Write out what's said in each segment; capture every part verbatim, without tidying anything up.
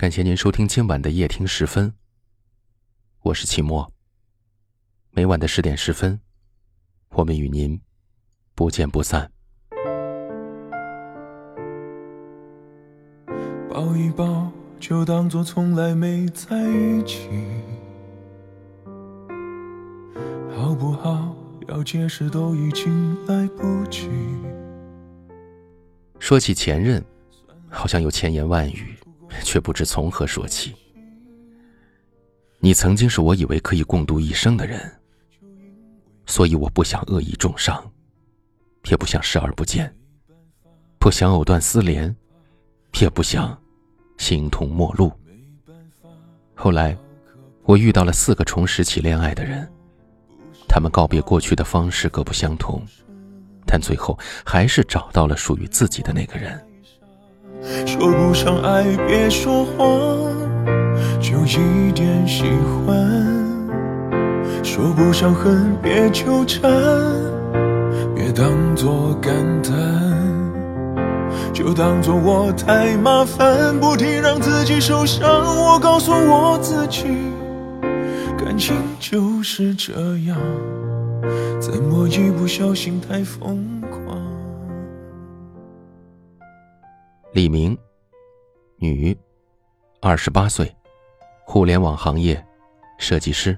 感谢您收听今晚的夜听十分，我是齐墨。每晚的十点十分，我们与您不见不散。 抱一抱，就当作从来没在一起，好不好？要解释都已经来不及。 说起前任，好像有千言万语，却不知从何说起。你曾经是我以为可以共度一生的人，所以我不想恶意重伤，也不想视而不见，不想藕断丝连，也不想形同陌路。后来我遇到了四个重拾起恋爱的人，他们告别过去的方式各不相同，但最后还是找到了属于自己的那个人。 说不上爱别说谎，就一点喜欢，说不上恨别纠缠，别当作感叹，就当作我太麻烦，不停让自己受伤。我告诉我自己，感情就是这样，怎么一不小心太疯狂。 李明，女，二十八岁，互联网行业，设计师。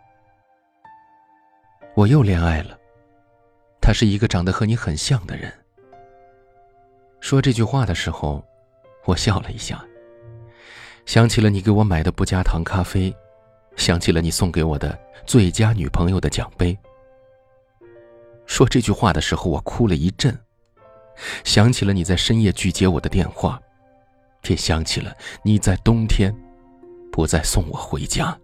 我又恋爱了，他是一个长得和你很像的人。说这句话的时候，我笑了一下，想起了你给我买的不加糖咖啡，想起了你送给我的最佳女朋友的奖杯。说这句话的时候，我哭了一阵，想起了你在深夜拒接我的电话，也想起了你在冬天不再送我回家。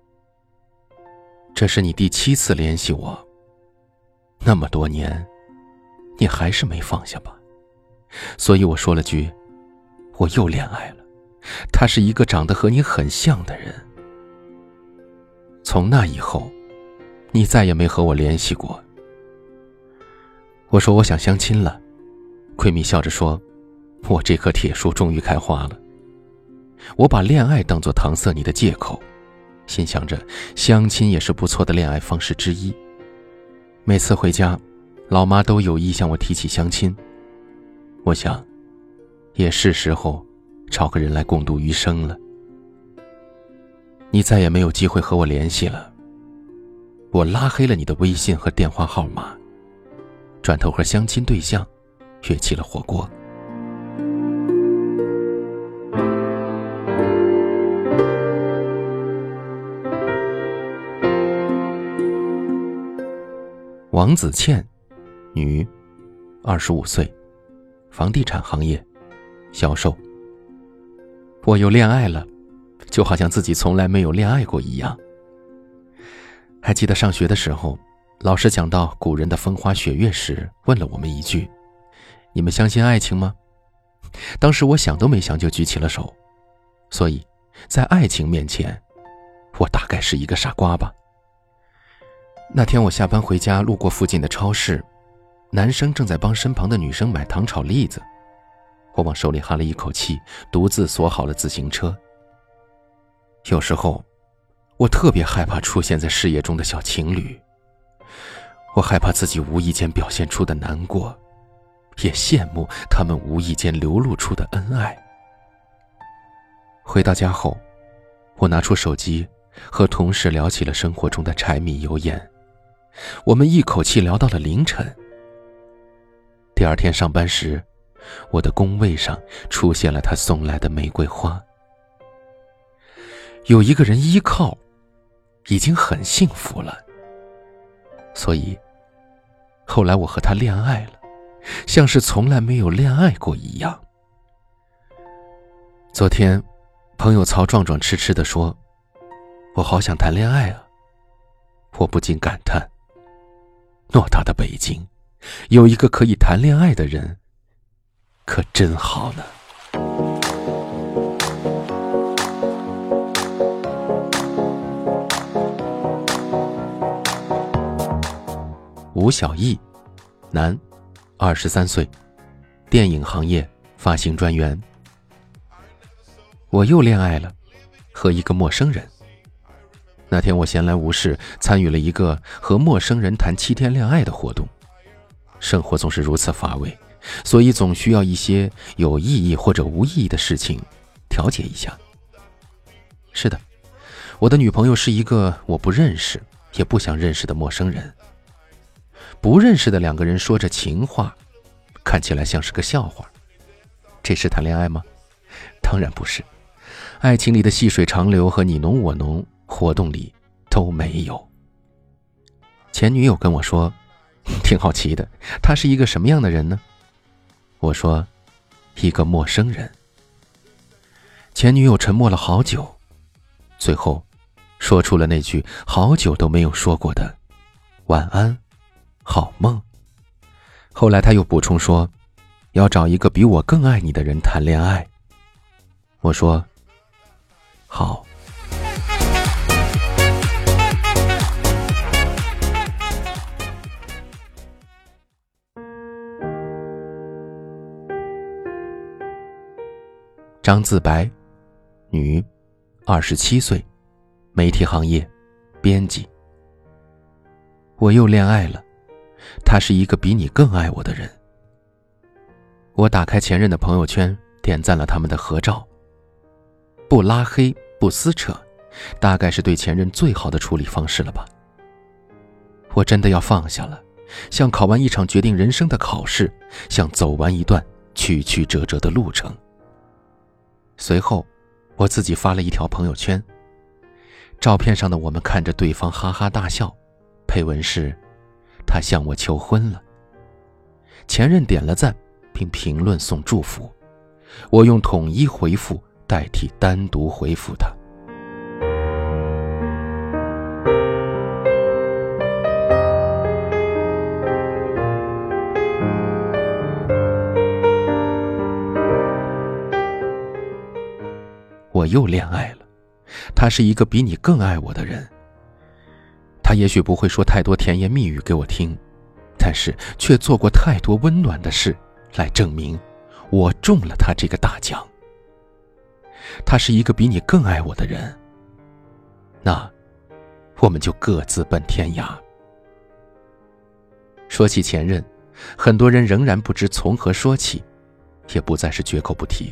这是你第七次联系我，那么多年，你还是没放下吧？所以我说了句，我又恋爱了，他是一个长得和你很像的人。从那以后，你再也没和我联系过。我说我想相亲了，闺蜜笑着说，我这棵铁树终于开花了。我把恋爱当作搪塞你的借口，心想着相亲也是不错的恋爱方式之一。每次回家，老妈都有意向我提起相亲，我想也是时候找个人来共度余生了。你再也没有机会和我联系了，我拉黑了你的微信和电话号码，转头和相亲对象约起了火锅。王子倩，女，二十五岁，房地产行业，销售。我又恋爱了，就好像自己从来没有恋爱过一样。还记得上学的时候，老师讲到古人的风花雪月时，问了我们一句，你们相信爱情吗？当时我想都没想就举起了手，所以在爱情面前，我大概是一个傻瓜吧。那天我下班回家，路过附近的超市，男生正在帮身旁的女生买糖炒栗子，我往手里哈了一口气，独自锁好了自行车。有时候我特别害怕出现在视野中的小情侣，我害怕自己无意间表现出的难过，也羡慕他们无意间流露出的恩爱。回到家后，我拿出手机和同事聊起了生活中的柴米油盐，我们一口气聊到了凌晨。第二天上班时，我的工位上出现了他送来的玫瑰花。有一个人依靠，已经很幸福了。所以后来我和他恋爱了，像是从来没有恋爱过一样。昨天朋友曹壮壮痴痴地说，我好想谈恋爱啊。我不禁感叹，偌大的北京，有一个可以谈恋爱的人，可真好呢。吴小艺，男，二十三岁，电影行业发行专员。 我又恋爱了，和一个陌生人。那天我闲来无事，参与了一个和陌生人谈七天恋爱的活动。生活总是如此乏味，所以总需要一些有意义或者无意义的事情调节一下。是的，我的女朋友是一个我不认识也不想认识的陌生人。不认识的两个人说着情话，看起来像是个笑话。这是谈恋爱吗？当然不是。爱情里的细水长流和你侬我侬，活动里都没有。前女友跟我说，挺好奇的，他是一个什么样的人呢？我说，一个陌生人。前女友沉默了好久，最后说出了那句好久都没有说过的晚安好梦。后来他又补充说，要找一个比我更爱你的人谈恋爱。我说好。张自白，女，二十七岁，媒体行业，编辑。我又恋爱了，他是一个比你更爱我的人。我打开前任的朋友圈，点赞了他们的合照。不拉黑，不撕扯，大概是对前任最好的处理方式了吧。我真的要放下了，像考完一场决定人生的考试，像走完一段曲曲折折的路程。随后我自己发了一条朋友圈，照片上的我们看着对方哈哈大笑，配文是他向我求婚了。前任点了赞并评论送祝福，我用统一回复代替单独回复他。我又恋爱了，他是一个比你更爱我的人。他也许不会说太多甜言蜜语给我听，但是却做过太多温暖的事来证明我中了他这个大奖。他是一个比你更爱我的人，那我们就各自奔天涯。说起前任，很多人仍然不知从何说起，也不再是绝口不提。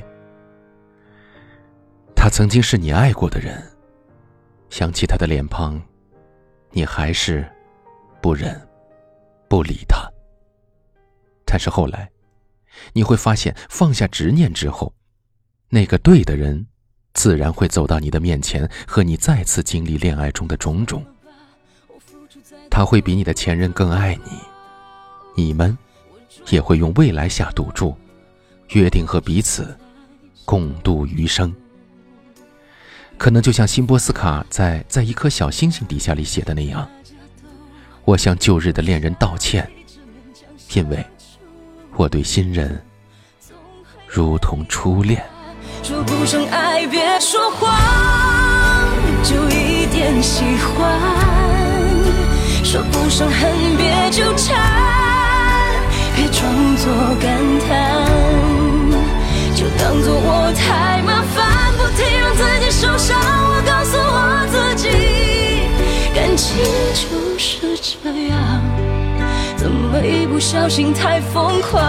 他曾经是你爱过的人，想起他的脸庞，你还是不忍不理他。但是后来你会发现，放下执念之后，那个对的人自然会走到你的面前，和你再次经历恋爱中的种种。他会比你的前任更爱你，你们也会用未来下赌注，约定和彼此共度余生。可能就像辛波斯卡在在一颗小星星底下里写的那样，我向旧日的恋人道歉，因为我对新人如同初恋。 说不上爱别说谎，就一点喜欢，说不上恨别纠缠，别装作感叹，就当作我太麻烦，不停让自己受伤。我告诉我自己，感情就是这样，怎么一不小心太疯狂。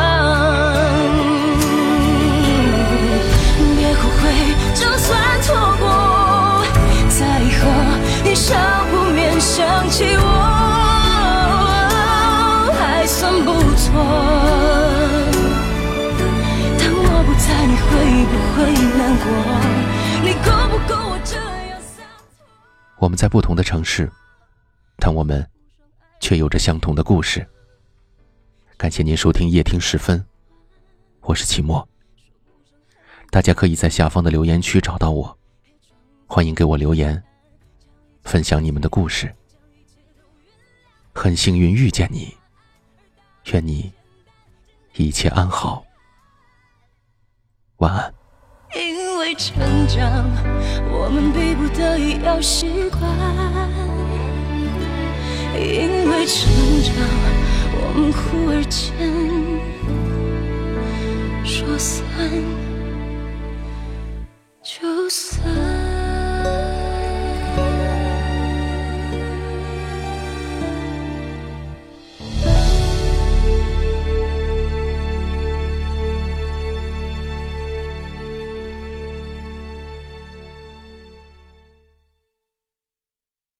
别后悔，就算错过，在以后你少不免想起我，还算不错。当我不在，你会不会难过？你够不够我这样洒脱？ 我们在不同的城市，但我们却有着相同的故事。感谢您收听夜听时分，我是齐墨。大家可以在下方的留言区找到我，欢迎给我留言，分享你们的故事。很幸运遇见你，愿你一切安好，晚安。 因为成长，我们逼不得已要习惯；因为成长，我们忽而间说散就散。